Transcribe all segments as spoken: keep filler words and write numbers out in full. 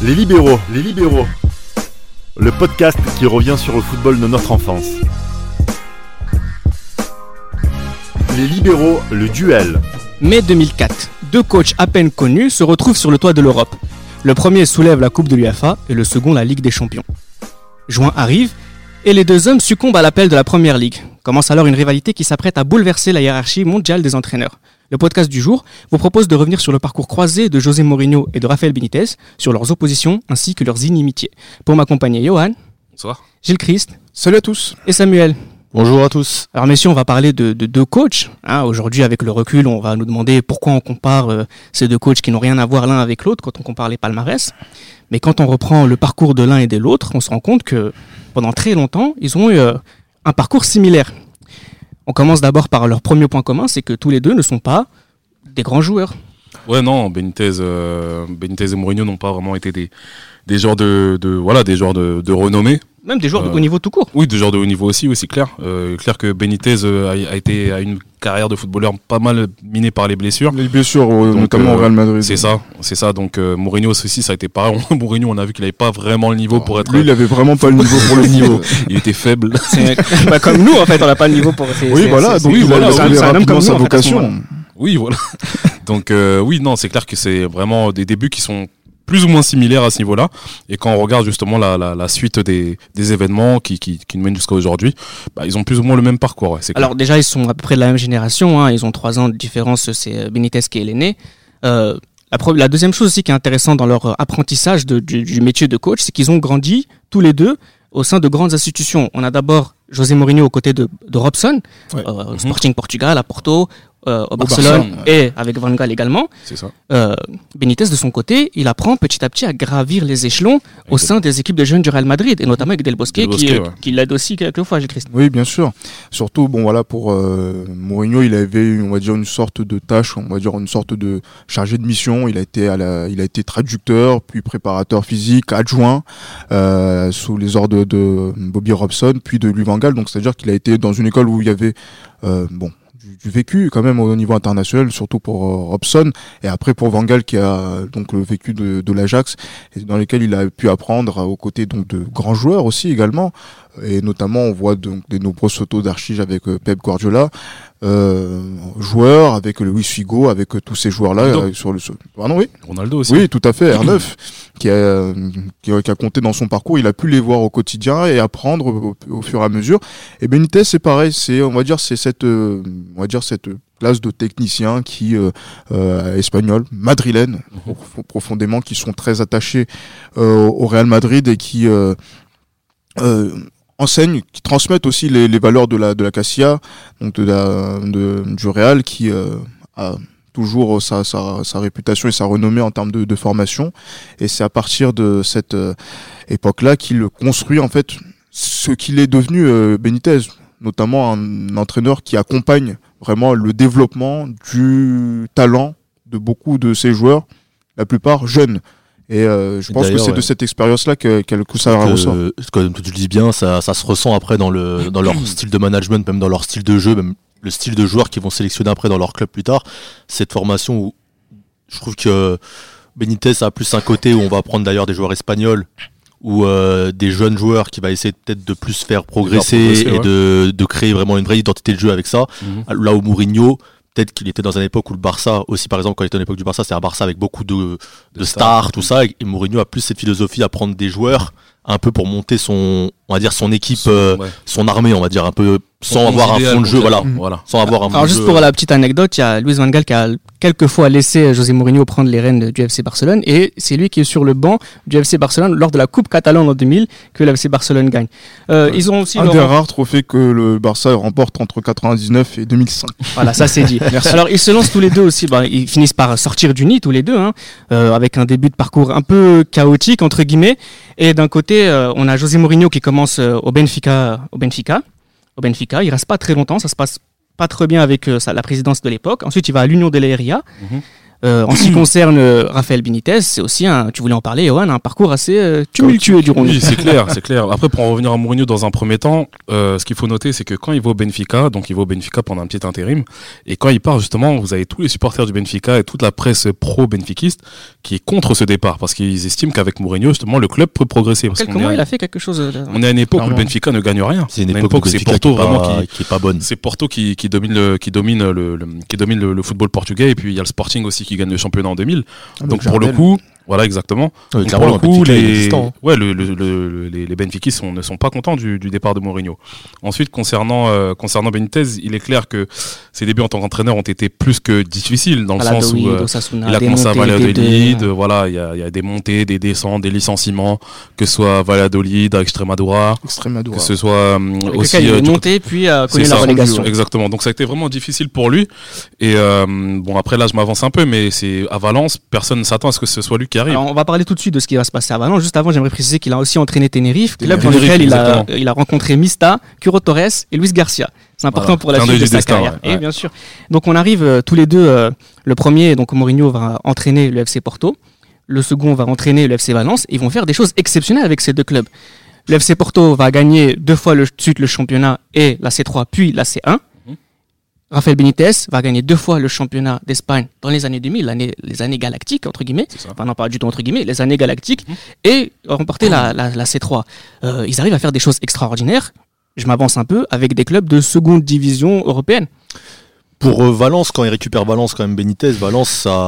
Les libéraux, les libéraux. Le podcast qui revient sur le football de notre enfance. Les libéraux, le duel. mai deux mille quatre, deux coachs à peine connus se retrouvent sur le toit de l'Europe. Le premier soulève la Coupe de l'UEFA et le second la Ligue des Champions. Juin arrive et les deux hommes succombent à l'appel de la Première Ligue. Commence alors une rivalité qui s'apprête à bouleverser la hiérarchie mondiale des entraîneurs. Le podcast du jour vous propose de revenir sur le parcours croisé de José Mourinho et de Rafael Benitez, sur leurs oppositions ainsi que leurs inimitiés. Pour m'accompagner, Johan. Bonsoir. Gilles Christ. Salut à tous. Et Samuel. Bonjour à tous. Alors messieurs, on va parler de, de deux coachs. Hein, aujourd'hui, avec le recul, on va nous demander pourquoi on compare euh, ces deux coachs qui n'ont rien à voir l'un avec l'autre quand on compare les palmarès. Mais quand on reprend le parcours de l'un et de l'autre, on se rend compte que pendant très longtemps, ils ont eu euh, un parcours similaire. On commence d'abord par leur premier point commun, c'est que tous les deux ne sont pas des grands joueurs. Ouais, non, Benitez, euh, Benitez et Mourinho n'ont pas vraiment été des, des joueurs de, de voilà, des joueurs de, de renommée. Même des joueurs euh, de haut niveau tout court. Oui, des joueurs de haut niveau aussi, oui, c'est clair. Euh, clair que Benitez euh, a, a été à une carrière de footballeur pas mal minée par les blessures. Les blessures, donc, notamment euh, au Real Madrid. C'est ça, c'est ça. Donc euh, Mourinho aussi, ça a été pareil. Mourinho, on a vu qu'il n'avait pas vraiment le niveau pour être. Lui, il avait vraiment pas le niveau pour le niveau. Il était faible. C'est, bah, comme nous, en fait, on n'a pas le niveau pour. C'est, oui, c'est, voilà. c'est, Donc c'est, il voilà, a c'est, c'est un homme comme sa nous, vocation. En fait, oui, voilà. Donc euh, oui, non, c'est clair que c'est vraiment des débuts qui sont plus ou moins similaires à ce niveau-là. Et quand on regarde justement la, la, la suite des, des événements qui, qui, qui nous mènent jusqu'à aujourd'hui, bah, ils ont plus ou moins le même parcours. Ouais, c'est Alors déjà, ils sont à peu près de la même génération. Hein, ils ont trois ans de différence. C'est Benitez qui est l'aîné. Euh, la, pro- la deuxième chose aussi qui est intéressante dans leur apprentissage de, du, du métier de coach, c'est qu'ils ont grandi tous les deux au sein de grandes institutions. On a d'abord José Mourinho aux côtés de, de Robson, ouais. euh, mm-hmm. Sporting Portugal, à Porto, euh, au Barcelone Barça, et avec Van Gaal également. C'est ça. Euh, Benitez, de son côté, il apprend petit à petit à gravir les échelons au sein des équipes de jeunes du Real Madrid, et notamment avec Del Bosque, Del Bosque, qui, ouais. qui l'aide aussi quelquefois, Gilles Christ. Oui, bien sûr. Surtout, bon voilà, pour euh, Mourinho, il avait, on va dire, une sorte de tâche, on va dire une sorte de chargé de mission. Il a été, à la, il a été traducteur, puis préparateur physique, adjoint, euh, sous les ordres de, de Bobby Robson, puis de Louis van Gaal. Donc, c'est-à-dire qu'il a été dans une école où il y avait, euh, bon. du vécu quand même au niveau international, surtout pour euh, Robson, et après pour Van Gaal qui a donc le vécu de, de l'Ajax, et dans lesquels il a pu apprendre aux côtés donc de grands joueurs aussi également, et notamment on voit donc des nombreuses photos d'archives avec euh, Pep Guardiola, euh, joueurs avec Luis Figo, avec euh, tous ces joueurs-là euh, sur le. Pardon, oui. Ronaldo aussi. Oui, tout à fait. R neuf qui a, qui a qui a compté dans son parcours, il a pu les voir au quotidien et apprendre au, au fur et à mesure. Et Benitez, c'est pareil, c'est on va dire c'est cette euh, on va dire cette classe de techniciens qui euh, euh, espagnols, madrilènes mmh. prof- profondément, qui sont très attachés euh, au Real Madrid et qui euh, euh, enseignent, qui transmettent aussi les, les valeurs de la de la Castilla, donc de la de, du Real, qui euh, a toujours sa, sa, sa réputation et sa renommée en termes de, de formation. Et c'est à partir de cette euh, époque-là qu'il construit en fait ce qu'il est devenu euh, Benitez, notamment un entraîneur qui accompagne vraiment le développement du talent de beaucoup de ses joueurs, la plupart jeunes. Et euh, je pense que c'est ouais. de cette expérience-là que, que, que ça que, ressort. Comme tu le dis bien, ça, ça se ressent après dans, le, dans leur style de management, même dans leur style de jeu, même le style de joueurs qu'ils vont sélectionner après dans leur club plus tard. Cette formation où je trouve que Benitez a plus un côté où on va prendre d'ailleurs des joueurs espagnols ou euh, des jeunes joueurs qui va essayer peut-être de plus faire progresser, progresser et ouais. de, de créer vraiment une vraie identité de jeu avec ça. Mm-hmm. Là où Mourinho, peut-être qu'il était dans une époque où le Barça, aussi par exemple quand il était dans l'époque du Barça, c'est un Barça avec beaucoup de, de stars, tout ça, et Mourinho a plus cette philosophie à prendre des joueurs un peu pour monter son, on va dire son équipe, son, euh, ouais. son armée, on va dire un peu sans avoir un fond de jeu, voilà, mmh. voilà, sans avoir un fond Alors de juste jeu. pour la petite anecdote, il y a Luis Van Gaal qui a quelques fois laissé José Mourinho prendre les rênes du F C Barcelone, et c'est lui qui est sur le banc du F C Barcelone lors de la Coupe catalane en deux mille que le F C Barcelone gagne. Euh, ouais. Ils ont aussi un leur... des rares trophées que le Barça remporte entre quatre-vingt-dix-neuf et deux mille cinq. Voilà, ça c'est dit. Alors ils se lancent tous les deux aussi, bah, ils finissent par sortir du nid tous les deux, hein, euh, avec un début de parcours un peu chaotique entre guillemets. Et d'un côté, euh, on a José Mourinho qui commence euh, au Benfica, au Benfica, au Benfica. Il reste pas très longtemps, ça se passe pas très bien avec euh, ça, la présidence de l'époque. Ensuite, il va à l'Union de l'Airia. Mm-hmm. Euh, en ce qui concerne euh, Rafael Benitez, c'est aussi un, tu voulais en parler, Johan, un parcours assez euh, tumultueux du Oui, c'est clair, c'est clair. Après, pour en revenir à Mourinho dans un premier temps, euh, ce qu'il faut noter, c'est que quand il va au Benfica, donc il va au Benfica pendant un petit intérim, et quand il part justement, vous avez tous les supporters du Benfica et toute la presse pro-benfiquiste qui est contre ce départ, parce qu'ils estiment qu'avec Mourinho, justement, le club peut progresser. Parce Quel, qu'on comment est à, il a fait quelque chose euh, on est à une époque Clairement. où le Benfica ne gagne rien. C'est une On est à époque, où c'est Benfica Porto qui est vraiment pas, qui, qui est pas bonne. c'est Porto qui, qui domine le qui domine le, le qui domine le, le football portugais, et puis il y a le Sporting aussi qui gagne le championnat en deux mille. Ah, Donc le pour le Jardel. coup, voilà exactement. Oui, Donc, clairement, pour le coup, Benfica est les, existant, hein. ouais, le, le, le, les, les Benfiquistes sont, ne sont pas contents du, du départ de Mourinho. Ensuite, concernant, euh, concernant Benitez, il est clair que ses débuts en tant qu'entraîneur ont été plus que difficiles, dans le sens où euh, il a commencé à Valladolid, euh, voilà, il y a, il y a des montées, des descentes, des licenciements, que ce soit Valladolid, à Extremadura, Extremadura. que ce soit euh, avec aussi lequel il euh, est du monté puis a connu c'est la ça, relégation. Exactement. Donc ça a été vraiment difficile pour lui. Et euh, bon, après là, je m'avance un peu, mais c'est à Valence, personne ne s'attend à ce que ce soit lui qui arrive. Alors, on va parler tout de suite de ce qui va se passer à Valence. Juste avant, j'aimerais préciser qu'il a aussi entraîné Tenerife, club dans Tenerife, lequel il a, exactement. il a rencontré Mista, Curo Torres et Luis Garcia. C'est important Voilà. pour la Clin suite d'œil de du sa destin, carrière. ouais, Et ouais. bien sûr. Donc on arrive euh, tous les deux. euh, le premier, donc Mourinho va entraîner le F C Porto. Le second va entraîner le F C Valence. Ils vont faire des choses exceptionnelles avec ces deux clubs. Le F C Porto va gagner deux fois le suite le championnat et la C trois puis la C un. Mhm. Rafael Benitez va gagner deux fois le championnat d'Espagne dans les années deux mille, l'année, les années galactiques entre guillemets. C'est ça. Enfin non pas du tout entre guillemets, les années galactiques, Mhm. et remporter la, la, la C trois. Euh, ils arrivent à faire des choses extraordinaires. Je m'avance un peu avec des clubs de seconde division européenne. Pour euh, Valence, quand il récupère Valence, quand même Benitez, Valence,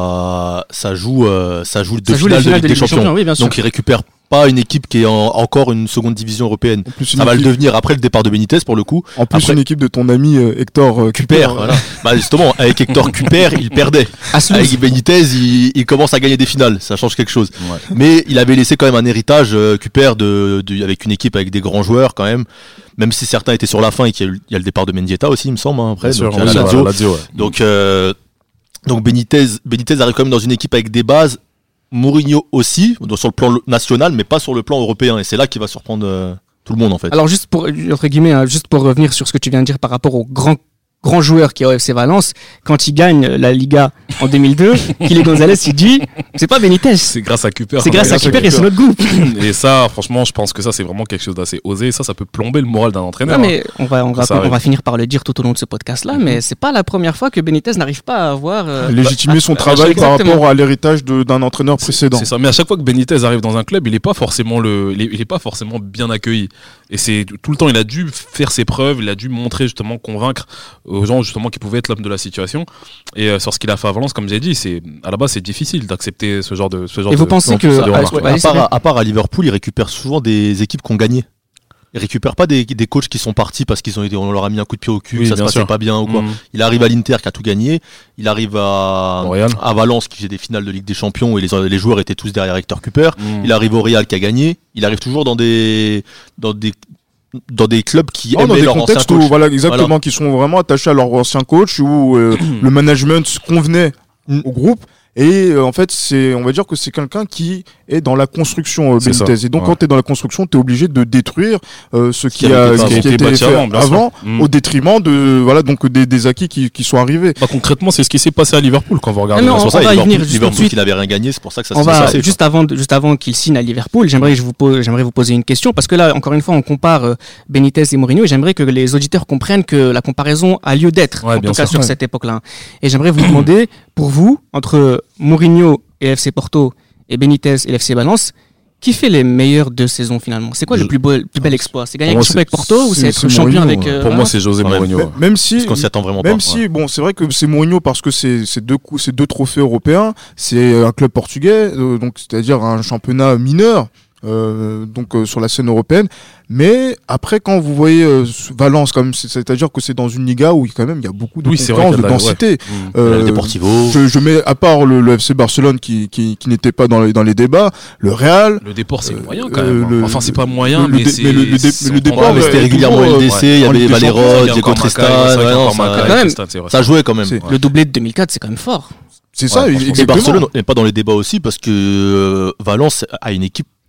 ça, ça joue, euh, ça joue deux Ça joue les finales finales de Ligue des Champions. oui bien sûr. Donc il récupère pas une équipe qui est en- encore une seconde division européenne. En plus, une Ça va le équipe- devenir après le départ de Benitez pour le coup. En plus, Après- une équipe de ton ami euh, Hector euh, Cuper, Cuper. voilà. Bah justement, avec Hector Cuper, il perdait. À Toulouse. Avec Benitez, il, il commence à gagner des finales. Ça change quelque chose. Ouais. Mais il avait laissé quand même un héritage euh, Cuper de, de- avec une équipe avec des grands joueurs quand même. Même si certains étaient sur la fin et qu'il y a, eu- il y a le départ de Mendieta aussi, il me semble. Hein, après, Bien sûr, donc, il y a on la a Lazio. la Lazio, ouais. Donc, euh, donc Benitez, Benitez arrive quand même dans une équipe avec des bases. Mourinho aussi, donc sur le plan national, mais pas sur le plan européen. Et c'est là qu'il va surprendre euh, tout le monde en fait. Alors juste pour entre guillemets, hein, juste pour revenir sur ce que tu viens de dire par rapport aux grands grands joueurs qui est au F C Valence, quand il gagne la Liga en deux mille deux, Kile Gonzalez il dit c'est pas Benitez, C'est grâce à Cuper. c'est grâce à Kuper et c'est notre groupe. Et ça, franchement, je pense que ça, c'est vraiment quelque chose d'assez osé. Ça, ça peut plomber le moral d'un entraîneur. Non, mais on va, on, va, Ça on arrive. va finir par le dire tout au long de ce podcast-là, mais c'est pas la première fois que Benitez n'arrive pas à avoir. euh, Légitimer son bah, travail par exactement. rapport à l'héritage de- d'un entraîneur précédent. C'est ça. Mais à chaque fois que Benitez arrive dans un club, il est pas forcément le, il est, il est pas forcément bien accueilli. Et c'est tout le temps, il a dû faire ses preuves, il a dû montrer justement, convaincre aux gens justement qui pouvaient être l'homme de la situation. Et euh, sur ce qu'il a fait à Valence, comme j'ai dit, c'est à la base c'est difficile d'accepter ce genre de ce genre Et vous de- pensez de- que- de ah, remarques. ouais, à, allez, c'est part, à part à Liverpool, il récupère souvent des équipes qui ont gagné. Il récupère pas des, des coachs qui sont partis parce qu'ils ont été, on leur a mis un coup de pied au cul, Oui, que ça se bien passait sûr. pas bien ou quoi. Mmh. Il arrive à l'Inter qui a tout gagné. Il arrive à, Au Real. à Valence qui faisait des finales de Ligue des Champions et les, les joueurs étaient tous derrière Hector Cuper. Mmh. Il arrive au Real qui a gagné. Il arrive toujours dans des, dans des, dans des clubs qui Oh, dans aimaient des leur ancien contextes où, coach. voilà, exactement, qui sont vraiment attachés à leur ancien coach, où euh, le management convenait Mm. au groupe. Et euh, en fait, c'est, on va dire que c'est quelqu'un qui est dans la construction, euh, C'est Benitez. ça, Et donc, ouais. quand tu es dans la construction, tu es obligé de détruire euh, ce qui, qui a, avait été ce qui a été été bâti fait avant, bien sûr. avant, Mm. au détriment de, voilà, donc des, des acquis qui, qui sont arrivés. Bah, concrètement, c'est ce qui s'est passé à Liverpool quand vous regardez. Ah non, la on- C'est pour ça, va y Liverpool, venir juste tout de Liverpool suite. qui n'avait rien gagné, c'est pour ça que ça On s'est va passé. juste avant, de- juste avant qu'il signe à Liverpool. J'aimerais que je vous pose, j'aimerais vous poser une question parce que là, encore une fois, on compare euh, Benitez et Mourinho et j'aimerais que les auditeurs comprennent que la comparaison a lieu d'être, Ouais, en bien tout cas sûr. sur Ouais. cette époque-là. Et j'aimerais vous demander, pour vous, entre Mourinho et F C Porto et Benitez et F C Valence, qui fait les meilleures deux saisons finalement? C'est quoi Je- le plus beau, le plus bel exploit? C'est gagner Pour avec moi, champion avec Porto ou c'est- c'est être c'est champion Mourinho, avec ouais. euh, Pour moi, Valence c'est José Ouais. Mourinho. M- Même si, Parce qu'on s'y attend vraiment Même pas. si, ouais. bon, c'est vrai que c'est Mourinho parce que c'est c'est deux coups, c'est deux trophées européens, c'est un club portugais, euh, donc c'est-à-dire un championnat mineur, euh, donc euh, sur la scène européenne. Mais après, quand vous voyez euh, Valence, comme c'est- c'est-à-dire que c'est dans une liga où quand même il y a beaucoup de Oui, c'est vrai concurrence, qu'il y de a de la- densité. Mmh. Il y a le Euh, Deportivo. je, je mets à part le, le F C Barcelone qui, qui, qui n'était pas dans les, dans les débats, le Real. Le déport, c'est Euh, moyen quand euh, même. le- Enfin, c'est pas moyen, le- le mais dé- c'est. mais le- le dé- c'est- mais le on départ, comprend, Ouais, mais mais c'était euh, régulièrement toujours, L D C, il y en avait Ligue des Champions, Valero, il y a Diego encore Macaï, Tristan, c'est vrai qu'il y a ouais, non, encore ça- Macaï, quand même. Tristan, c'est vrai. ça jouait quand même. C'est- le doublé de deux mille quatre, c'est quand même fort. C'est ça, Ouais, exactement. Et Barcelone n'est pas dans les débats aussi parce que euh, Valence a une équipe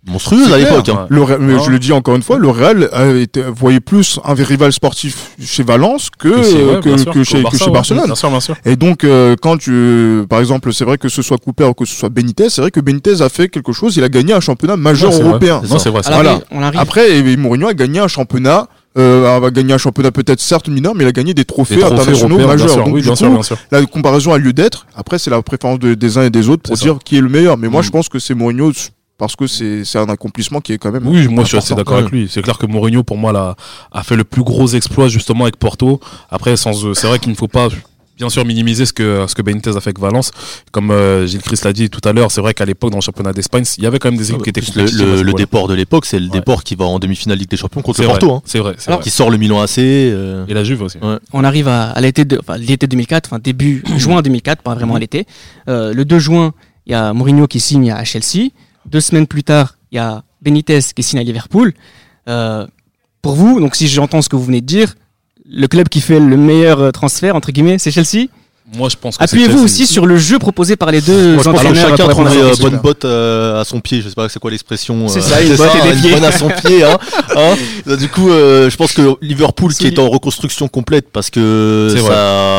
monstrueuse à l'époque. Hein. Le Real, mais Ah. je le dis encore une fois, le Real a été, voyait plus un rival sportif chez Valence que, Que c'est- ouais, que, bien sûr, que chez, qu'au Barça, que chez ouais. Barcelone. Bien sûr, bien sûr. Et donc, euh, quand tu, par exemple, c'est vrai que ce soit Cooper ou que ce soit Benitez, c'est vrai que Benitez a fait quelque chose, il a gagné un championnat majeur Ouais, c'est vrai. européen. C'est Non, ça. c'est vrai. c'est Alors, vrai. Voilà. on arrive. Après, et Mourinho a gagné un championnat, euh, a gagné un championnat peut-être certes mineur, mais il a gagné des trophées, Les trophées internationaux européens, bien majeurs. sûr. Donc, Oui, du bien coup, sûr, bien sûr. la comparaison a lieu d'être. Après, c'est la préférence de- des uns et des autres pour C'est dire qui est le meilleur. Mais moi, Mm. je pense que c'est Mourinho parce que c'est, c'est un accomplissement qui est quand même. Oui, moi je suis assez important. d'accord avec lui. C'est clair que Mourinho, pour moi, là, a fait le plus gros exploit justement avec Porto. Après, sans, euh, c'est vrai qu'il ne faut pas, bien sûr, minimiser ce que ce que Benitez a fait avec Valence. Comme euh, Gilles Christ l'a dit tout à l'heure, c'est vrai qu'à l'époque dans le championnat d'Espagne, il y avait quand même des équipes qui étaient Le, compétitives. le, à ce le niveau-là. déport de l'époque, c'est le Ouais. déport qui va en demi-finale Ligue des Champions contre C'est le vrai, Porto. Hein. c'est vrai, c'est Alors, vrai. Qui sort le Milan A C. euh, Et la Juve aussi. Ouais. On arrive à, à l'été, de, enfin, l'été deux mille quatre, enfin début juin deux mille quatre, pas vraiment à l'été. Euh, le deux juin, il y a Mourinho qui signe à Chelsea. Deux semaines plus tard, il y a Benitez qui signe à Liverpool. Euh, pour vous, donc si j'entends ce que vous venez de dire, le club qui fait le meilleur euh, transfert entre guillemets, c'est Chelsea. Moi, je pense que c'est Appuyez-vous Chelsea. aussi sur le jeu proposé par les deux Moi, je pense que entraîneurs. chacun pour répondre à trouverait cette euh, question. bonne botte euh, à son pied. Je sais pas c'est quoi l'expression. C'est euh, ça, une botte et des une pieds. bonne à son pied. Hein, hein. Du coup, euh, je pense que Liverpool qui est en reconstruction complète parce que C'est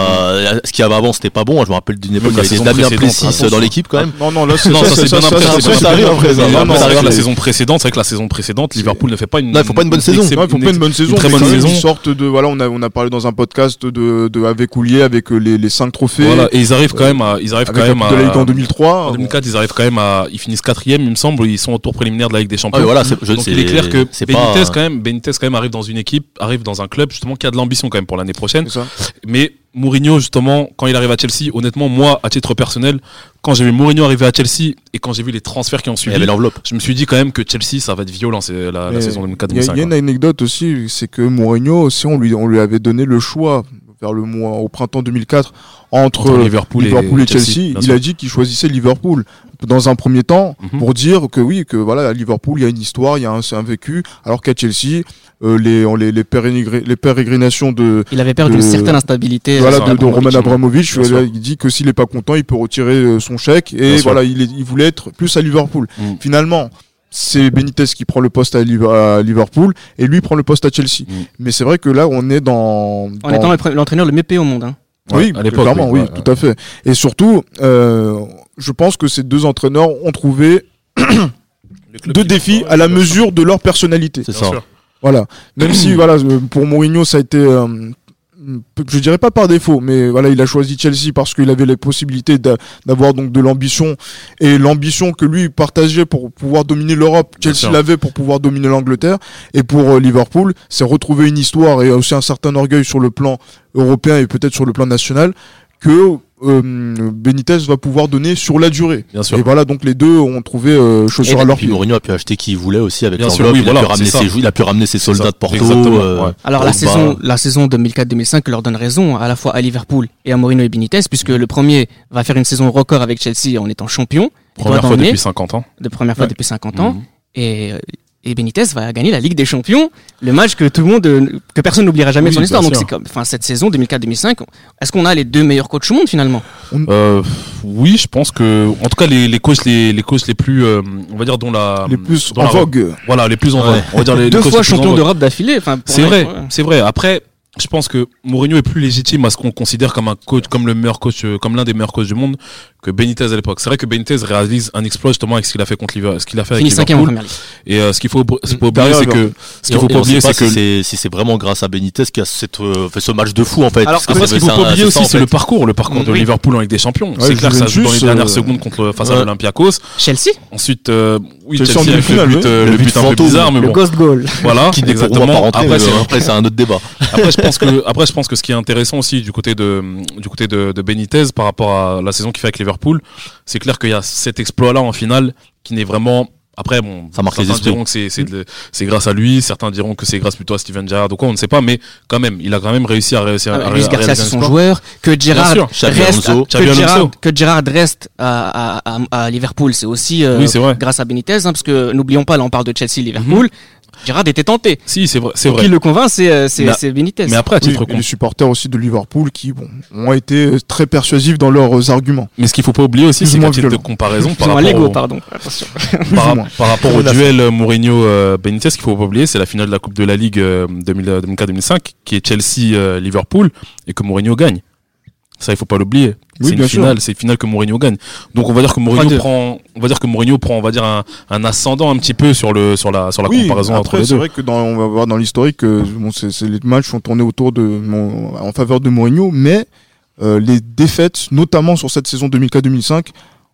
ça, ce qu'il y avait avant, c'était pas bon. Je me rappelle d'une époque, Même il y la avait des saison Damien précédente, Plessis dans l'équipe quand même. Non, non, là, c'est Non, ça c'est bien après. ça, c'est ça, bien ça arrive après. Non, ça. non, Non, ça arrive c'est- la saison précédente. C'est vrai que la saison précédente, Liverpool ne fait pas une. Non, il faut pas une bonne saison. excep- Non, il faut pas une bonne saison. très mais bonne quand même, saison. Ils sortent de, voilà, on a, on a parlé dans un podcast de, de avec Oulier, avec euh, les, les cinq trophées. Voilà, et ils arrivent quand même à, ils arrivent Avec quand la même Coupe de la à, Ligue en deux mille trois. en deux mille quatre, ils arrivent quand même à, ils finissent quatrième, il me semble, ils sont au tour préliminaire de la Ligue des Ah, Champions. mais voilà, c'est, je, Donc c'est, il est clair que c'est Benitez pas, quand même, Benitez quand même arrive dans une équipe, arrive dans un club justement qui a de l'ambition quand même pour l'année prochaine. C'est ça. Mais Mourinho justement, quand il arrive à Chelsea, honnêtement, moi, à titre personnel, quand j'ai vu Mourinho arriver à Chelsea et quand j'ai vu les transferts qui ont il y suivi, avait l'enveloppe. je me suis dit quand même que Chelsea, ça va être violent, c'est la, la Mais saison deux mille quatre Il y, a- il y a deux mille cinq. une anecdote aussi, c'est que Mourinho aussi, on lui, on lui avait donné le choix vers le mois, au printemps deux mille quatre, entre, Entre Liverpool, Liverpool et, et Chelsea. Chelsea. bien Il sûr. a dit qu'il choisissait Liverpool dans un premier temps Mhm. pour dire que oui, que voilà, à Liverpool, il y a une histoire, il y a un, c'est un vécu, alors qu'à Chelsea, euh, les, on- les, les, pérégré- les pérégrinations de, Il avait peur de- d'une certaine instabilité. voilà, euh, de, de d'Abramovich. Roman Abramovich. Bien sûr. euh, Il dit que s'il est pas content, il peut retirer euh, son chèque. Et Bien sûr. voilà, il, est- il voulait être plus à Liverpool. Mm. Finalement, c'est Benitez qui prend le poste à, Liv- à Liverpool et lui prend le poste à Chelsea. Mm. Mais c'est vrai que là, on est dans. En dans- étant le pre- l'entraîneur le mieux payé au monde. Hein. oui, à l'époque, clairement, oui, oui, ouais, tout à fait. Et surtout, euh, je pense que ces deux entraîneurs ont trouvé deux défis à la mesure de leur personnalité. C'est Bien ça. sûr. Voilà. Même si, voilà, euh, pour Mourinho, ça a été, euh, je dirais pas par défaut, mais voilà, il a choisi Chelsea parce qu'il avait les possibilités d'a- d'avoir donc de l'ambition et l'ambition que lui partageait pour pouvoir dominer l'Europe. Bien Chelsea sûr. l'avait pour pouvoir dominer l'Angleterre. Et pour euh, Liverpool, c'est retrouver une histoire et aussi un certain orgueil sur le plan européen et peut-être sur le plan national que euh, Benitez va pouvoir donner sur la durée. Bien sûr. Et voilà, donc les deux ont trouvé euh, chaussures Et à leur Puis pied. Mourinho a pu acheter qui il voulait aussi avec Bien sûr, l'enveloppe. oui, il, a voilà, pu ramener c'est ses, ça. jou- il a pu ramener ses C'est soldats ça, de Porto. exactement, euh, ouais. Alors la Pogba. saison, la saison deux mille quatre deux mille cinq leur donne raison à la fois à Liverpool et à Mourinho et Benitez puisque le premier va faire une saison record avec Chelsea en étant champion, Première doigt fois dans le nez, depuis cinquante ans. de première fois Ouais. depuis cinquante ans Mhm. et euh, et Benitez va gagner la Ligue des Champions, le match que tout le monde, euh, que personne n'oubliera jamais Oui, de son histoire. bien Donc sûr. c'est comme, enfin cette saison deux mille quatre deux mille cinq, est-ce qu'on a les deux meilleurs coachs au monde finalement? Euh, oui, je pense que, en tout cas, les, les coachs, les, les coachs les plus, euh, on va dire, dont la, Les plus dont en la- vogue. Voilà, les plus en Ouais. vogue. On va dire les, les Deux coachs fois les plus en champion vogue. d'Europe d'affilée. Enfin, pour C'est moi, vrai, ouais. c'est vrai. Après, je pense que Mourinho est plus légitime à ce qu'on considère comme un coach, comme le meilleur coach, euh, comme l'un des meilleurs coachs du monde que Benitez à l'époque. C'est vrai que Benitez réalise un exploit justement avec ce qu'il a fait contre Liverpool, ce qu'il a fait avec Fini cinquième en Liverpool. première ligue. Et euh, ce qu'il faut, ce qu'il faut oublier, Derrière c'est que, Liverpool. ce qu'il faut Et pas on sait oublier, pas c'est que si c'est si c'est vraiment grâce à Benitez qui a cette, euh, fait ce match de fou en fait. Alors, Parce que après, c'est- ce qu'il faut c'est pas un- oublier c'est ça, aussi, en c'est fait. le parcours, le parcours de Oui. Liverpool en Ligue des Champions. Ouais, c'est clair que ça joue dans les Juventus, dernières euh, secondes contre face à ouais. l'Olympiakos. Chelsea, Ensuite, euh, oui, Chelsea Chelsea en avec le demi-finale, but, oui. euh, Le le but but un peu fantôme, bizarre, mais le bon. ghost goal. Voilà, Qui n'est pour moi pas exactement. rentré. Après, mais, c'est euh, Après, c'est un autre débat. Après, je pense que, après, je pense que ce qui est intéressant aussi du côté de, du côté de, de Benitez par rapport à la saison qu'il fait avec Liverpool, c'est clair qu'il y a cet exploit-là en finale qui n'est vraiment, après, bon, Ça marque les certains esprits. diront que c'est, c'est, de- c'est grâce à lui, certains diront que c'est grâce plutôt à Steven Gerrard ou quoi, on ne sait pas, mais quand même, il a quand même réussi à réussir à, Ah, à Luis réaliser Garcia, un c'est son exploit. joueur. Que Gerrard sûr. Xabi reste, Alonso. que Xabi Gerrard, Alonso. que Gerrard reste à, à, à, à Liverpool, c'est aussi euh, Oui, c'est vrai. grâce à Benitez, hein, parce que n'oublions pas, là on parle de Chelsea, Liverpool. Gerrard était tenté. Si, c'est vrai, c'est Donc, vrai. Qui le convainc, c'est, euh, c'est, Mais- c'est Benitez. Mais après, à Oui, titre et con- les supporters aussi de Liverpool qui bon, ont été très persuasifs dans leurs arguments. Mais ce qu'il faut pas oublier aussi, Plus c'est ou qu'à moins titre de violent. comparaison, par Plus ou moins rapport, Lego, au, pardon. Attention. Plus par, ou moins. par rapport au duel euh, Mourinho-Benitez, ce qu'il faut pas oublier, c'est la finale de la Coupe de la Ligue euh, deux mille quatre deux mille cinq, qui est Chelsea-Liverpool, et que Mourinho gagne. Ça, il faut pas l'oublier. Oui, c'est une bien sûr. finale, c'est une finale que Mourinho gagne. Donc on va dire que Mourinho trois deux. prend, on va dire que Mourinho prend, on va dire un, un ascendant un petit peu sur le, sur la, sur la Oui, comparaison entre après les c'est deux. vrai que dans, on va voir dans l'historique que bon, c'est, c'est les matchs sont tournés autour de mon- en faveur de Mourinho, mais euh, les défaites, notamment sur cette saison deux mille quatre deux mille cinq,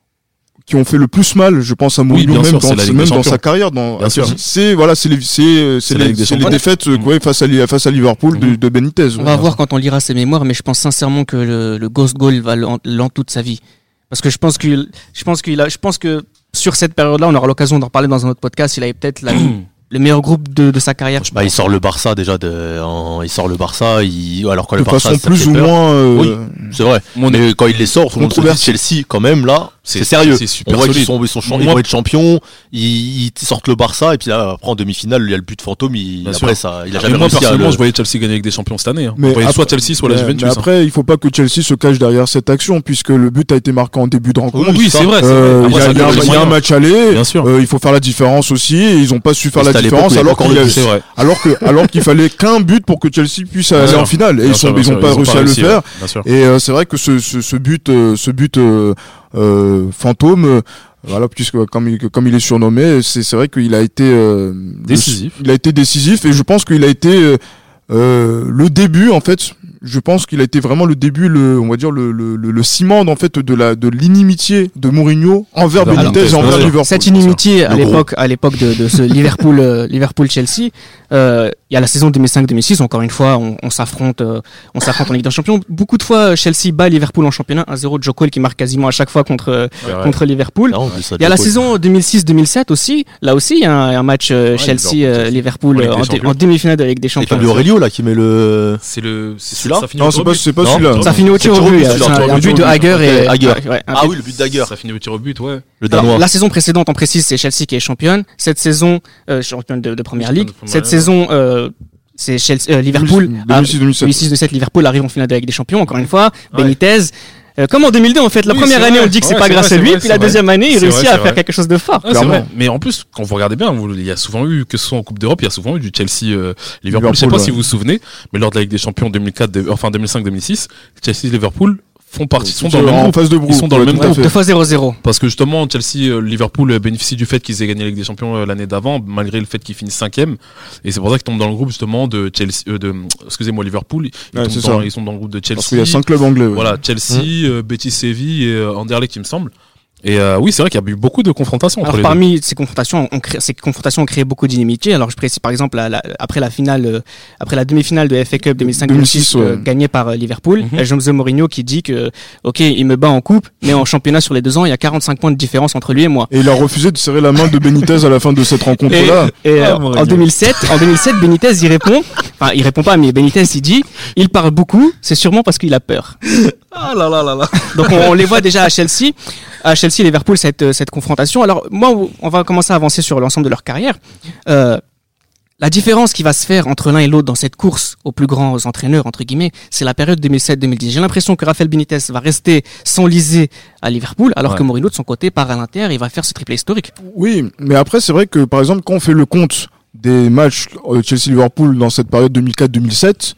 qui ont fait le plus mal, je pense à Mourinho bien même, sûr, dans, c'est la Ligue même des dans Champions. sa carrière. Dans, Bien sûr. C'est voilà, c'est les, c'est, c'est C'est les, la Ligue des c'est les Champions. défaites euh, Mm. ouais, face à Li- face à Liverpool de, Mm. de Benitez. On ouais. va voir quand on lira ses mémoires, mais je pense sincèrement que le, le Ghost Goal va l'en l'en toute sa vie. Parce que je pense qu'il, je pense qu'il a, je pense que sur cette période-là, on aura l'occasion d'en parler dans un autre podcast. Il avait peut-être la, le meilleur groupe de, de sa carrière. Bah, il sort le Barça déjà de, en- il sort le Barça, il, alors quand De le Barça façon ça plus fait ou peur. moins. euh, Oui. C'est vrai. Mon Mais quand il les sort, tout le monde se dit Controversé. Chelsea quand même là, c'est, C'est- sérieux. c'est super On voit qu'ils solide. sont, ils sont champ- Moi- ils vont être champions, ils, ils sortent le Barça et puis là après en demi-finale il y a le but fantôme, il, Bien après sûr. ça, il a Mais jamais moi, réussi à personnellement, le... je voyais Chelsea gagner avec des champions cette année. Hein. Mais Je voyais soit après- Chelsea, soit la mais- Juventus. mais hein. après, il faut pas que Chelsea se cache derrière cette action, puisque le but a été marqué en début de rencontre. Oui, c'est vrai. c'est Euh, vrai. Il y, Après, a- ça il y a un- dépend des il y a un moyens. match aller. Bien sûr. Euh, il faut faire la différence aussi. Et ils ont pas su faire C'était la à l'époque différence où il y avait alors encore qu'il y le a- but, C'est vrai. alors que alors qu'il fallait qu'un but pour que Chelsea puisse aller sûr. en finale. Et Bien ils sûr, sont bien ils ont sûr, pas réussi à le faire. ouais, bien sûr. Et euh, c'est vrai que ce ce, ce but euh, ce but euh, euh, fantôme. euh, Voilà, puisque comme il, comme il est surnommé, c'est c'est vrai qu'il a été euh, Décisif. le- il a été décisif et je pense qu'il a été euh, euh, le début en fait. Je pense qu'il a été vraiment le début, le, on va dire le, le, le, le ciment en fait de la de l'inimitié de Mourinho envers Envers Benitez et Benitez, envers bien sûr. Liverpool. Cette inimitié à Le l'époque, à l'époque de, de ce Liverpool, euh, Liverpool Chelsea, euh, il y a la saison deux mille cinq deux mille six. Encore une fois, on, on s'affronte, euh, on s'affronte en Ligue des Champions. Beaucoup de fois, Chelsea bat Liverpool en championnat, un zéro de Joe Cole qui marque quasiment à chaque fois contre euh, C'est vrai. contre Liverpool. Non, on dit ça de Il y a la Liverpool. saison deux mille six deux mille sept aussi. Là aussi, il y a un, un match euh, Ouais, Chelsea-Liverpool Ligue des en, dé- Champions. en demi-finale de la Ligue des Et Champions. Fabio Aurelio là qui met le... C'est le. C'est celui-là ça finit Non, au c'est tir au pas but. c'est pas Non, celui-là. Ça finit au tir au tir au but. but, euh, celui-là, c'est un, tir au un but, but de ok. Hager et Hager. ouais, ouais, un Ah but- oui, le but d'Aguer, Ça finit au tir au but, ouais. le Alors, Danois. la saison précédente, on précise, c'est Chelsea qui est championne. Cette saison, euh, championne de, de première Championne ligue. de première Cette ligue, saison, euh, c'est Chelsea, euh, Liverpool. deux mille six deux mille sept. deux mille six deux mille sept, Liverpool arrive en finale de la Ligue des Champions. Encore une fois, Ouais. Benitez. Euh, comme en deux mille deux, en fait, la Oui, première c'est année, vrai. on dit que c'est Ouais, pas c'est grâce vrai, à lui, c'est puis vrai, la deuxième année, il c'est réussit vrai, à c'est faire vrai. quelque chose de fort. Ah, c'est Clairement. vrai. Mais en plus, quand vous regardez bien, vous- il y a souvent eu, que ce soit en Coupe d'Europe, il y a souvent eu du Chelsea euh, Liverpool. Je sais Liverpool, pas si ouais. vous vous souvenez, mais lors de la Ligue des Champions deux mille quatre, de- enfin deux mille cinq deux mille six, Chelsea et Liverpool font partie, sont dans le même en groupe. phase de Ils groupe. sont dans le ouais, même tout à groupe. fait. Deux fois zéro zéro. Parce que justement, Chelsea, euh, Liverpool euh, bénéficient du fait qu'ils aient gagné la Ligue des Champions euh, l'année d'avant, malgré le fait qu'ils finissent cinquième. Et c'est pour ça qu'ils tombent dans le groupe justement de Chelsea, euh, de, excusez-moi, Liverpool. Ils, Ouais, tombent c'est dans- ça. ils sont dans le groupe de Chelsea. Parce qu'il y a cinq clubs anglais. ouais. Voilà, Chelsea, euh, Betis Séville et euh, Anderlecht, il me semble. Et euh, oui, c'est vrai qu'il y a eu beaucoup de confrontations entre Alors les parmi ces confrontations, on crée, ces confrontations ont créé beaucoup d'inimitiés. Alors je précise par exemple la- la- après la finale, euh, après la demi-finale de F A Cup deux mille cinq deux mille six deux mille six, euh, ouais. gagnée par euh, Liverpool, Mhm. il y a José Mourinho qui dit que ok, il me bat en coupe, mais en championnat sur les deux ans, il y a quarante-cinq points de différence entre lui et moi. Et il a refusé de serrer la main de Benitez à la fin de cette Et, rencontre-là. et, Ah, euh, Mourinho. en deux mille sept, en deux mille sept, Benitez il répond, enfin il répond pas, mais Benitez il dit, il parle beaucoup, c'est sûrement parce qu'il a peur. Ah là là là là. Donc on, on les voit déjà à Chelsea, à Chelsea et Liverpool cette cette confrontation. Alors moi, on va commencer à avancer sur l'ensemble de leur carrière. Euh, la différence qui va se faire entre l'un et l'autre dans cette course aux plus grands entraîneurs entre guillemets, c'est la période deux mille sept deux mille dix. J'ai l'impression que Rafael Benitez va rester s'enliser à Liverpool, alors Ouais. que Mourinho de son côté part à l'Inter et va faire ce triplé historique. Oui, mais après, c'est vrai que, par exemple, quand on fait le compte des matchs euh, Chelsea-Liverpool dans cette période deux mille quatre deux mille sept,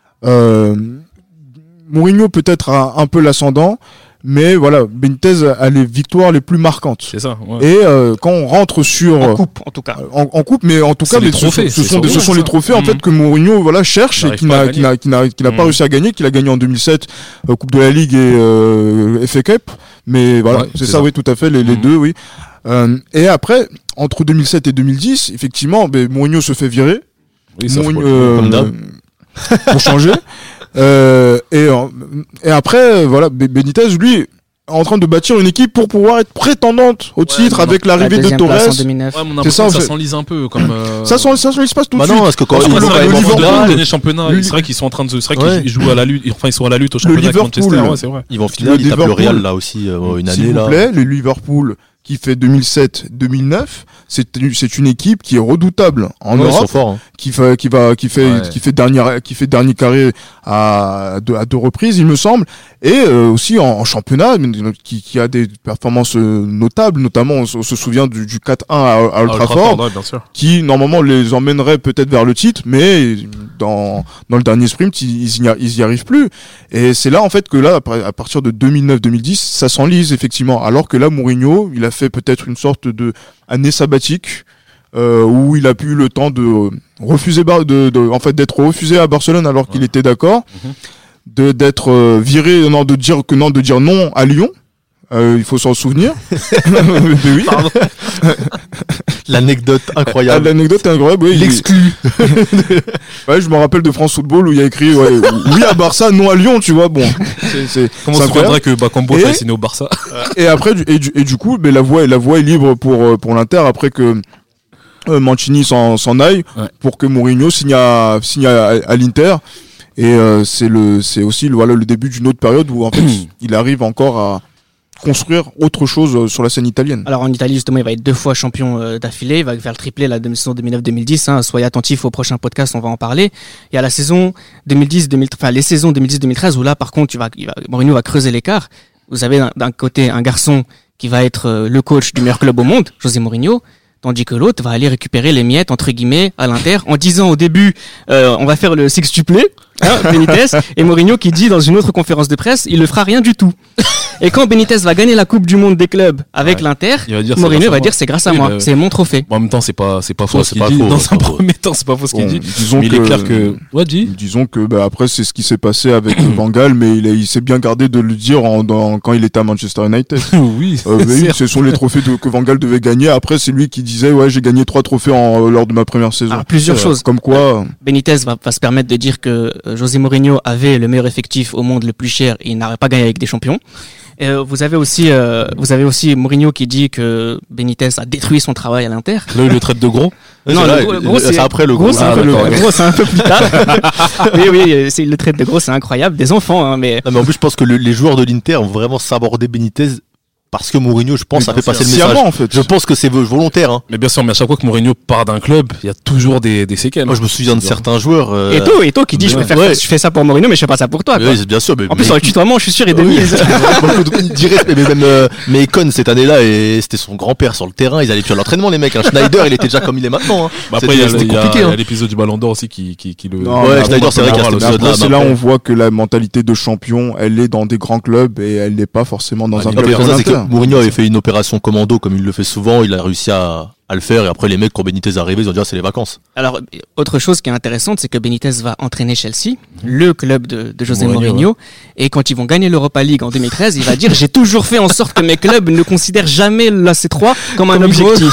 euh, Mourinho peut-être a un peu l'ascendant, mais voilà, Benitez a les victoires les plus marquantes. C'est ça. Ouais. Et euh, quand on rentre sur... En coupe en tout cas. En, en coupe, mais en tout C'est cas, les mais ce trophées, sont, ce c'est sont, des, ce surtout sont ça. les trophées en Mhm. fait que Mourinho voilà cherche Il et n'arrive qui pas à n'a qui n'a qui n'a qui n'a pas Mhm. réussi à gagner, qu'il a gagné en deux mille sept euh, Coupe de la Ligue et euh, F A Cup. Mais voilà, Ouais, c'est c'est ça, ça. oui, tout à fait, les, les Mhm. deux, oui. Euh, et après, entre deux mille sept et deux mille dix, effectivement, ben, Mourinho se fait virer. Oui, ça, Mourinho, faut- euh, comme d'hab. pour changer. Euh, et, euh, et après, euh, voilà, Be- Benitez, lui, est en train de bâtir une équipe pour pouvoir être prétendante au titre non, avec La l'arrivée de deuxième place en Torres. deux mille neuf. Ouais, mon C'est impression ça, que ça en fait. s'enlise un peu comme. euh, Ça, ça, ça, ça, il se passe tout de Bah suite. non, parce que quand Parce ils que le- ont c'est vrai le qu'ils vont Liverpool- au dernier championnat, le- c'est vrai qu'ils sont en train de, c'est vrai Ouais. qu'ils jouent à la lutte, enfin ils sont à la lutte au championnat avec Liverpool, Manchester, ouais, c'est vrai. ils vont finir, Le ils tapent le Liverpool, Real là aussi euh, une S'il année vous là. plaît, le Liverpool qui fait deux mille sept deux mille neuf, c'est c'est une équipe qui est redoutable en Ouais, ils sont Europe, forts, hein. qui fait qui va qui fait Ouais. qui fait dernier qui fait dernier carré à deux, à deux reprises il me semble, et euh, aussi en, en championnat qui qui a des performances euh, notables, notamment on, s- on se souvient du, du quatre un à, à Ah, Old Trafford, ouais, bien sûr. qui normalement les emmènerait peut-être vers le titre, mais dans dans le dernier sprint ils ils y, a- ils y arrivent plus, et c'est là en fait que là après- à partir de deux mille neuf deux mille dix ça s'enlise effectivement, alors que là Mourinho il a fait peut-être une sorte de année sabbatique euh, où il a pu le temps de refuser Bar- de, de en fait d'être refusé à Barcelone alors qu'il était d'accord, Mhm. de d'être euh, viré, non, de dire que non, de dire non à Lyon. Euh, il faut s'en souvenir. Mais oui. L'anecdote Ah, incroyable. l'anecdote est incroyable. Oui, il- L'exclu. ouais, je me rappelle de France Football où il y a écrit ouais, oui à Barça, non à Lyon, tu vois. Bon, c'est c'est Comment c'est on se souviendrait incroyable. que Bakambu Et- a signé au Barça? Et après du- et du, et du coup, mais la voie la voie est libre pour euh, pour l'Inter après que euh, Mancini s'en s'en aille, Ouais. pour que Mourinho signe à signe à, à l'Inter. Et euh, c'est le c'est aussi le, voilà le début d'une autre période où en fait il arrive encore à construire autre chose euh, sur la scène italienne. Alors en Italie justement il va être deux fois champion euh, d'affilée, il va faire le triplé la saison deux mille neuf deux mille dix, hein. Soyez attentifs au prochain podcast, on va en parler. Il y a la saison deux mille dix deux mille, enfin les saisons deux mille dix deux mille treize où là par contre tu vas, il va, Mourinho va creuser l'écart. Vous avez d'un, d'un côté un garçon qui va être euh, le coach du meilleur club au monde, José Mourinho, tandis que l'autre va aller récupérer les miettes entre guillemets à l'Inter en disant au début euh, on va faire le sextuplé, hein, Benitez, et Mourinho qui dit dans une autre conférence de presse il le fera rien du tout. Et quand Benitez va gagner la Coupe du Monde des clubs avec Ouais. l'Inter, Il va dire, c'est Mourinho grâce à va moi. dire c'est grâce à Oui, moi, mais- c'est mon trophée. Bon, en même temps, c'est pas, c'est pas faux Ouais, ce c'est qu'il pas dit. faux, Dans c'est un pas faux. premier temps, c'est pas faux ce qu'il Bon, dit. disons Mais il que est clair que, ouais, dis. disons que bah, après c'est ce qui s'est passé avec Van Gaal, mais il, a- il s'est bien gardé de le dire en, dans, quand il était à Manchester United. Oui. Euh, mais oui, certes. ce sont les trophées de, que Van Gaal devait gagner. Après, c'est lui qui disait ouais, j'ai gagné trois trophées en, lors de ma première saison. Alors plusieurs Euh, choses. Comme quoi, Benitez va, va se permettre de dire que euh, José Mourinho avait le meilleur effectif au monde, le plus cher, et il n'aurait pas gagné avec des champions. Et, euh, vous avez aussi, euh, vous avez aussi Mourinho qui dit que Benitez a détruit son travail à l'Inter. Là, il le traite de gros. Non, c'est là, le gros, il- gros, c'est après le gros, gros. c'est un, Ah, peu, d'accord, le ok. gros, c'est un peu plus tard. oui, oui, c'est, il le traite de gros, c'est incroyable. Des enfants, hein, mais Non, mais en plus, je pense que le- les joueurs de l'Inter ont vraiment sabordé Benitez parce que Mourinho, je pense, a fait passer le message. sciemment en fait. Je pense que c'est vo- volontaire. Hein. Mais bien sûr, mais à chaque fois que Mourinho part d'un club, il y a toujours des, des séquelles. Moi, je me souviens de certains joueurs. euh, Eto, Eto qui dit je, ouais. préfère Ouais. je fais ça pour Mourinho, mais je fais pas ça pour toi. mais Quoi. oui, c'est bien sûr. Mais, En plus, mais- sur le tutoiement, je suis sûr, il est Oui. demise. Beaucoup de- direct, mais même euh, mais Econ cette année-là, et c'était son grand-père sur le terrain. Ils allaient plus à l'entraînement, les mecs. Hein. Schneider, il était déjà comme il est maintenant. Hein. Bah après, il y a, C'était- il y a- c'était compliqué, il y a hein. l'épisode du Ballon d'Or aussi qui, qui, qui le. Non, Ouais, mais Schneider, c'est vrai qu'il y a moral cet aussi. Mais épisode-là. après, c'est mais là après- on voit que la mentalité de champion, elle est dans des grands clubs et elle n'est pas forcément dans Ah, un mais Non, club mais comme ça, c'est que l'Inter. Mourinho avait fait une opération commando comme il le fait souvent. Il a réussi à, à le faire. Et après, les mecs, quand Benitez est arrivé, ils ont dit ah, c'est les vacances. Alors, autre chose qui est intéressante, c'est que Benitez va entraîner Chelsea, le club de, de José Mourinho, Mourinho, et quand ils vont gagner l'Europa League en deux mille treize, il va dire j'ai toujours fait en sorte que mes clubs ne considèrent jamais l'A C trois comme un Comme une objectif.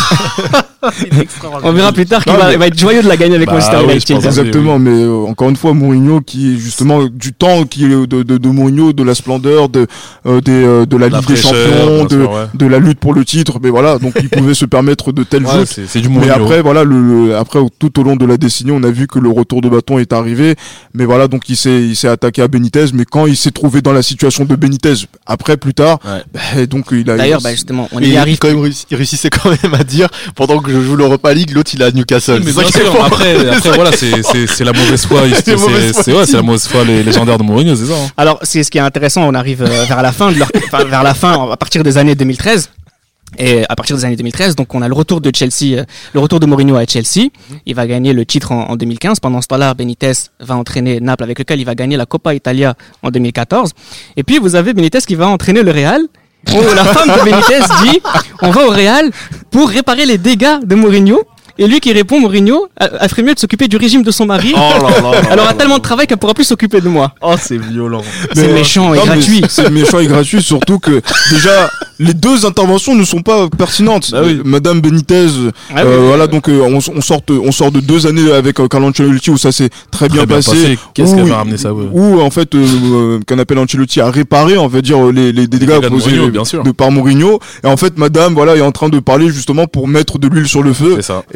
On verra plus tard qu'il Non, va, mais- il va être joyeux de la gagner avec Bah Manchester oui, United. je pense. Exactement, mais euh, encore une fois, Mourinho qui est justement du temps qui est de, de, de Mourinho, de la splendeur, de euh, des, euh, de la La Ligue des fraîcheur, Champions, bien de, sûr, ouais. de la lutte pour le titre, mais voilà, donc il pouvait se permettre de tels Ouais, jeux. c'est, c'est du Mais Mourinho. après, voilà, le, le- après tout au long de la décennie, on a vu que le retour de bâton est arrivé. Mais voilà, donc il s'est, il s'est attaqué à Benitez. Mais quand il s'est trouvé dans la situation de Benitez, après, plus tard, Ouais. bah, donc il a. D'ailleurs, il- bah, justement, on Et y il, arrive. quand même, réussi- il réussissait quand même à dire pendant que je joue l'Europa League, l'autre il est à Newcastle. Mais C'est ça bien qui est sûr, fort. après, C'est après ça voilà, qui- c'est, c'est, c'est la mauvaise foi. C'est C'est, mauvaise c'est, foi c'est, ouais, aussi. c'est la mauvaise foi lé- légendaire de Mourinho, c'est ça. Hein. Alors, c'est ce qui est intéressant, on arrive euh, vers la fin de leur, enfin, vers la fin, à partir des années deux mille treize. Et à partir des années deux mille treize, donc on a le retour de Chelsea, euh, le retour de Mourinho à Chelsea. Il va gagner le titre en, en deux mille quinze. Pendant ce temps-là, Benitez va entraîner Naples, avec lequel il va gagner la Coppa Italia en deux mille quatorze. Et puis vous avez Benitez qui va entraîner le Real. Où la femme de Benitez dit, on va au Real pour réparer les dégâts de Mourinho. Et lui qui répond, Mourinho, elle elle ferait mieux de s'occuper du régime de son mari. Elle aura tellement de travail qu'elle pourra plus s'occuper de moi. Oh, c'est violent. C'est Mais, méchant et non, mais gratuit. C'est méchant et gratuit, surtout que déjà les deux interventions ne sont pas pertinentes. Bah oui. Madame Benitez, Ah euh, oui. voilà, donc euh, on, on sort, on sort de deux années avec euh, Carlo Ancelotti où ça s'est très bien, Très bien passé. passé. Qu'est-ce où qu'elle il- va ramener ça, ouais. Où en fait, euh, euh, qu'un appel Ancelotti a réparé, on va dire les, les dégâts dégâts de causés Mourinho, bien sûr. de par Mourinho. Et en fait, Madame, voilà, est en train de parler justement pour mettre de l'huile sur le feu. C'est ça. Et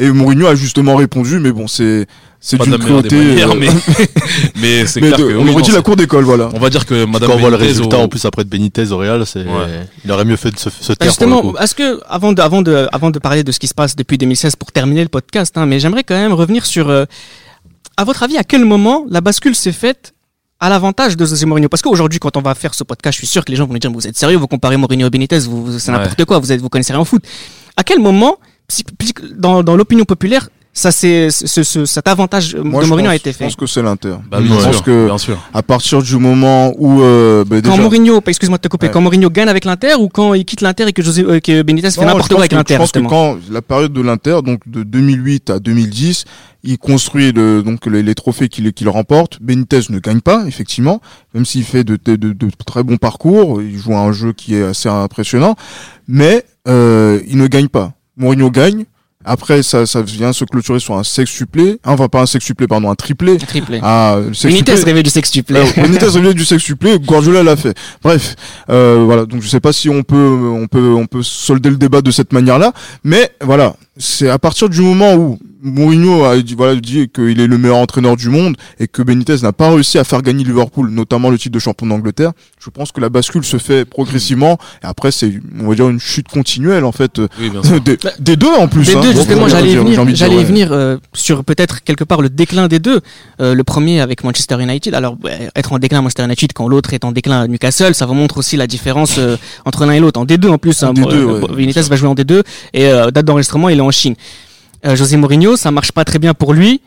Et Mourinho a justement répondu, mais bon, c'est c'est pas d'une de la meilleure des cruauté. manières, euh, mais, mais c'est mais clair de- que on oui, aurait non, dit la c'est- cour d'école, voilà. on va dire que Madame Quand on voit le Benitez résultat au- en plus après de Benitez au Real, c'est Ouais. il aurait mieux fait de se, se Bah, taire pour le justement, coup. est-ce que avant de, avant de, avant de parler de ce qui se passe depuis deux mille seize pour terminer le podcast, hein, mais j'aimerais quand même revenir sur, euh, à votre avis, à quel moment la bascule s'est faite à l'avantage de José Mourinho? Parce qu'aujourd'hui, quand on va faire ce podcast, je suis sûr que les gens vont nous dire, vous êtes sérieux, vous comparez Mourinho et Benitez, vous, vous- c'est Ouais. n'importe quoi, vous êtes, vous connaissez rien au foot. À quel moment, psy- psy- dans, dans l'opinion populaire, ça c'est, ce, ce, cet avantage Moi, de je Mourinho pense, a été je fait? pense que c'est l'Inter. Bah, bien Ouais. Je sûr, pense que bien sûr. à partir du moment où euh, bah, déjà, Quand Mourinho, excuse-moi de te couper, Ouais. quand Mourinho gagne avec l'Inter ou quand il quitte l'Inter et que, José, euh, que Benitez fait Non, n'importe je quoi pense avec que- l'Inter, Je pense que justement. quand la période de l'Inter, donc de deux mille huit à deux mille dix, il construit le, donc les, les trophées qu'il qu'il remporte. Benitez ne gagne pas, effectivement, même s'il fait de, de, de, de très bons parcours. Il joue à un jeu qui est assez impressionnant, mais euh, il ne gagne pas. Mourinho gagne. Après, ça, ça vient se clôturer sur un sextuplé. Ah, enfin, pas un sextuplé, pardon, un triplé. Triplé. Ah, le sextuplé. Benitez rêvait du sextuplé. Euh, Benitez revient du sextuplé, Guardiola l'a fait. Bref, euh, voilà. Donc je sais pas si on peut, on peut, on peut solder le débat de cette manière-là, mais voilà, c'est à partir du moment où Mourinho a dit, voilà, dit qu'il est le meilleur entraîneur du monde et que Benitez n'a pas réussi à faire gagner Liverpool, notamment le titre de champion d'Angleterre. Je pense que la bascule se fait progressivement et après c'est, on va dire, une chute continuelle en fait euh, Oui, bien sûr. des, des deux en plus. Des hein. deux, Donc, justement, j'ai j'allais y envie de dire- j'ai venir, envie de dire, j'allais y ouais. venir euh, sur peut-être quelque part le déclin des deux. Euh, le premier avec Manchester United. Alors, ouais, être en déclin à Manchester United quand l'autre est en déclin à Newcastle, ça vous montre aussi la différence euh, entre l'un et l'autre. En D deux en plus, En hein, D deux, euh, ouais. Benitez va jouer en D deux et euh, date d'enregistrement, il est en Chine. Euh, José Mourinho, ça marche pas très bien pour lui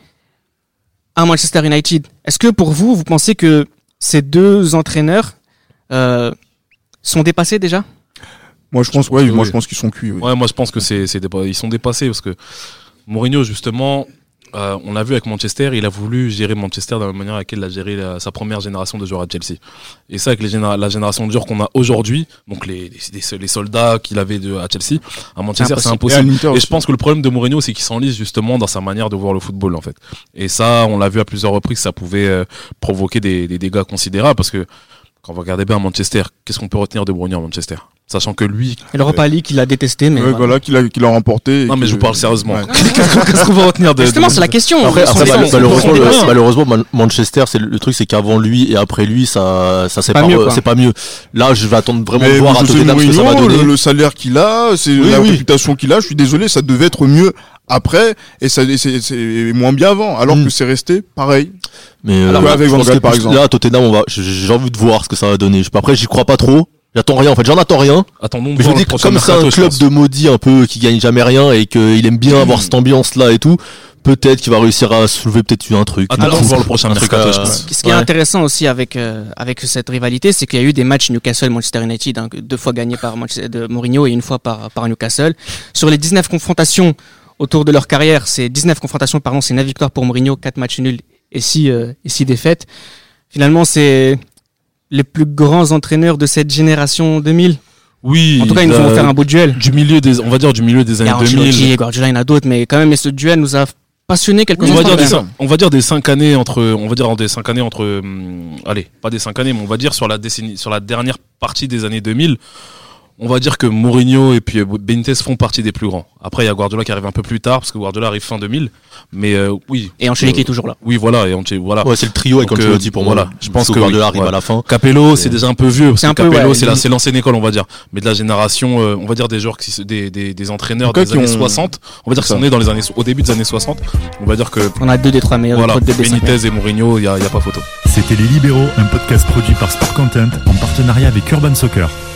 à Manchester United. Est-ce que pour vous, vous pensez que ces deux entraîneurs euh, sont dépassés déjà? Moi je pense, pense ouais, que moi oui. je pense qu'ils sont cuits. oui. Ouais, moi je pense que c'est, c'est dépa- ils sont dépassés parce que Mourinho justement, euh, on l'a vu avec Manchester, il a voulu gérer Manchester de la même manière à laquelle il a géré la- sa première génération de joueurs à Chelsea. Et ça avec les généra- la génération de joueurs qu'on a aujourd'hui, donc les, les, les soldats qu'il avait de, à Chelsea, à Manchester c'est Et à impossible. l'Inter Et aussi. je pense que le problème de Mourinho, c'est qu'il s'enlise justement dans sa manière de voir le football, en fait. Et ça, on l'a vu à plusieurs reprises, ça pouvait euh, provoquer des, des dégâts considérables parce que quand vous regardez bien à Manchester, qu'est-ce qu'on peut retenir de Mourinho à Manchester? Sachant que lui, Et l'Europa League, il a détesté, mais Ouais, voilà. voilà, qu'il a, qu'il a remporté. et non mais que- je vous parle sérieusement. Ouais. Qu'est-ce qu'on va retenir de Justement, de- c'est la question. Après, Ils sont après des- mal- ils sont malheureusement, des- le- malheureusement, Man- Manchester, c'est le, le truc, c'est qu'avant lui et après lui, ça, ça c'est Pas pas, mieux, euh, quoi. c'est pas mieux. Là, je vais attendre vraiment Mais de voir à José Tottenham ce que ça va Mourinho, donner. le, le salaire qu'il a, c'est Oui, la oui. réputation qu'il a. Je suis désolé, ça devait être mieux après et ça et c'est, c'est moins bien avant, alors Mm. que c'est resté pareil. Mais Alors, euh, ouais, avec je Van pense Gaal, que par plus- exemple. Là, à Tottenham, on va, j'ai- j'ai envie de voir ce que ça va donner. Je- Après, j'y crois pas trop. J'attends rien. En fait, j'en attends rien. Attendons de Mais je voir me dis le que prochain comme c'est mercato, un je club pense. de maudits un peu qui gagne jamais rien et qu'il aime bien avoir cette ambiance là et tout, peut-être qu'il va réussir à soulever peut-être un truc. une Attendons de troupe, voir le prochain un mercato, truc, je euh, pense. Ce qui est Ouais. intéressant aussi avec euh, avec cette rivalité, c'est qu'il y a eu des matchs Newcastle-Manchester United, hein, deux fois gagnés par Manchester, de Mourinho et une fois par par Newcastle. Sur les dix-neuf confrontations autour de leur carrière, c'est dix-neuf confrontations, pardon, c'est neuf victoires pour Mourinho, quatre matchs nuls et six euh, et six défaites. Finalement, c'est les plus grands entraîneurs de cette génération deux mille. Oui. En tout cas, ils nous euh, ont offert un beau duel. du milieu des, on va dire du milieu des Il y a années deux mille. Ancelotti, Guardiola, il y en a d'autres, mais quand même, mais ce duel nous a passionné quelques On va, instants. dire des, quand même. cin- on va dire des cinq années entre, on va dire des cinq années entre, hum, allez, pas des cinq années, mais on va dire sur la décennie, sur la dernière partie des années deux mille, on va dire que Mourinho et puis euh, Benitez font partie des plus grands. Après, il y a Guardiola qui arrive un peu plus tard parce que Guardiola arrive fin deux mille, mais euh, oui. Et Ancelotti Euh, est toujours là. Oui, voilà, et Ancelotti, voilà. Ouais, c'est le trio avec Donc, Ancelotti euh, pour voilà, moi. je pense Parce que Guardiola oui, arrive ouais. à la fin. Capello, c'est déjà un peu vieux, parce C'est que un peu, Capello, ouais, c'est, la, il- c'est l'ancienne école, on va dire. Mais de la génération, euh, on va dire des joueurs qui, se- des, des, des entraîneurs En tout cas, des qui années ont- soixante, on va dire qu'ils C'est sont ça. nés dans les années, au début des années soixante. On va dire que, On a deux des trois meilleurs. voilà, de D B cinq. Benitez et Mourinho, il y a, il y a pas photo. C'était Les Libéraux, un podcast produit par Sport Content en partenariat avec Urban Soccer.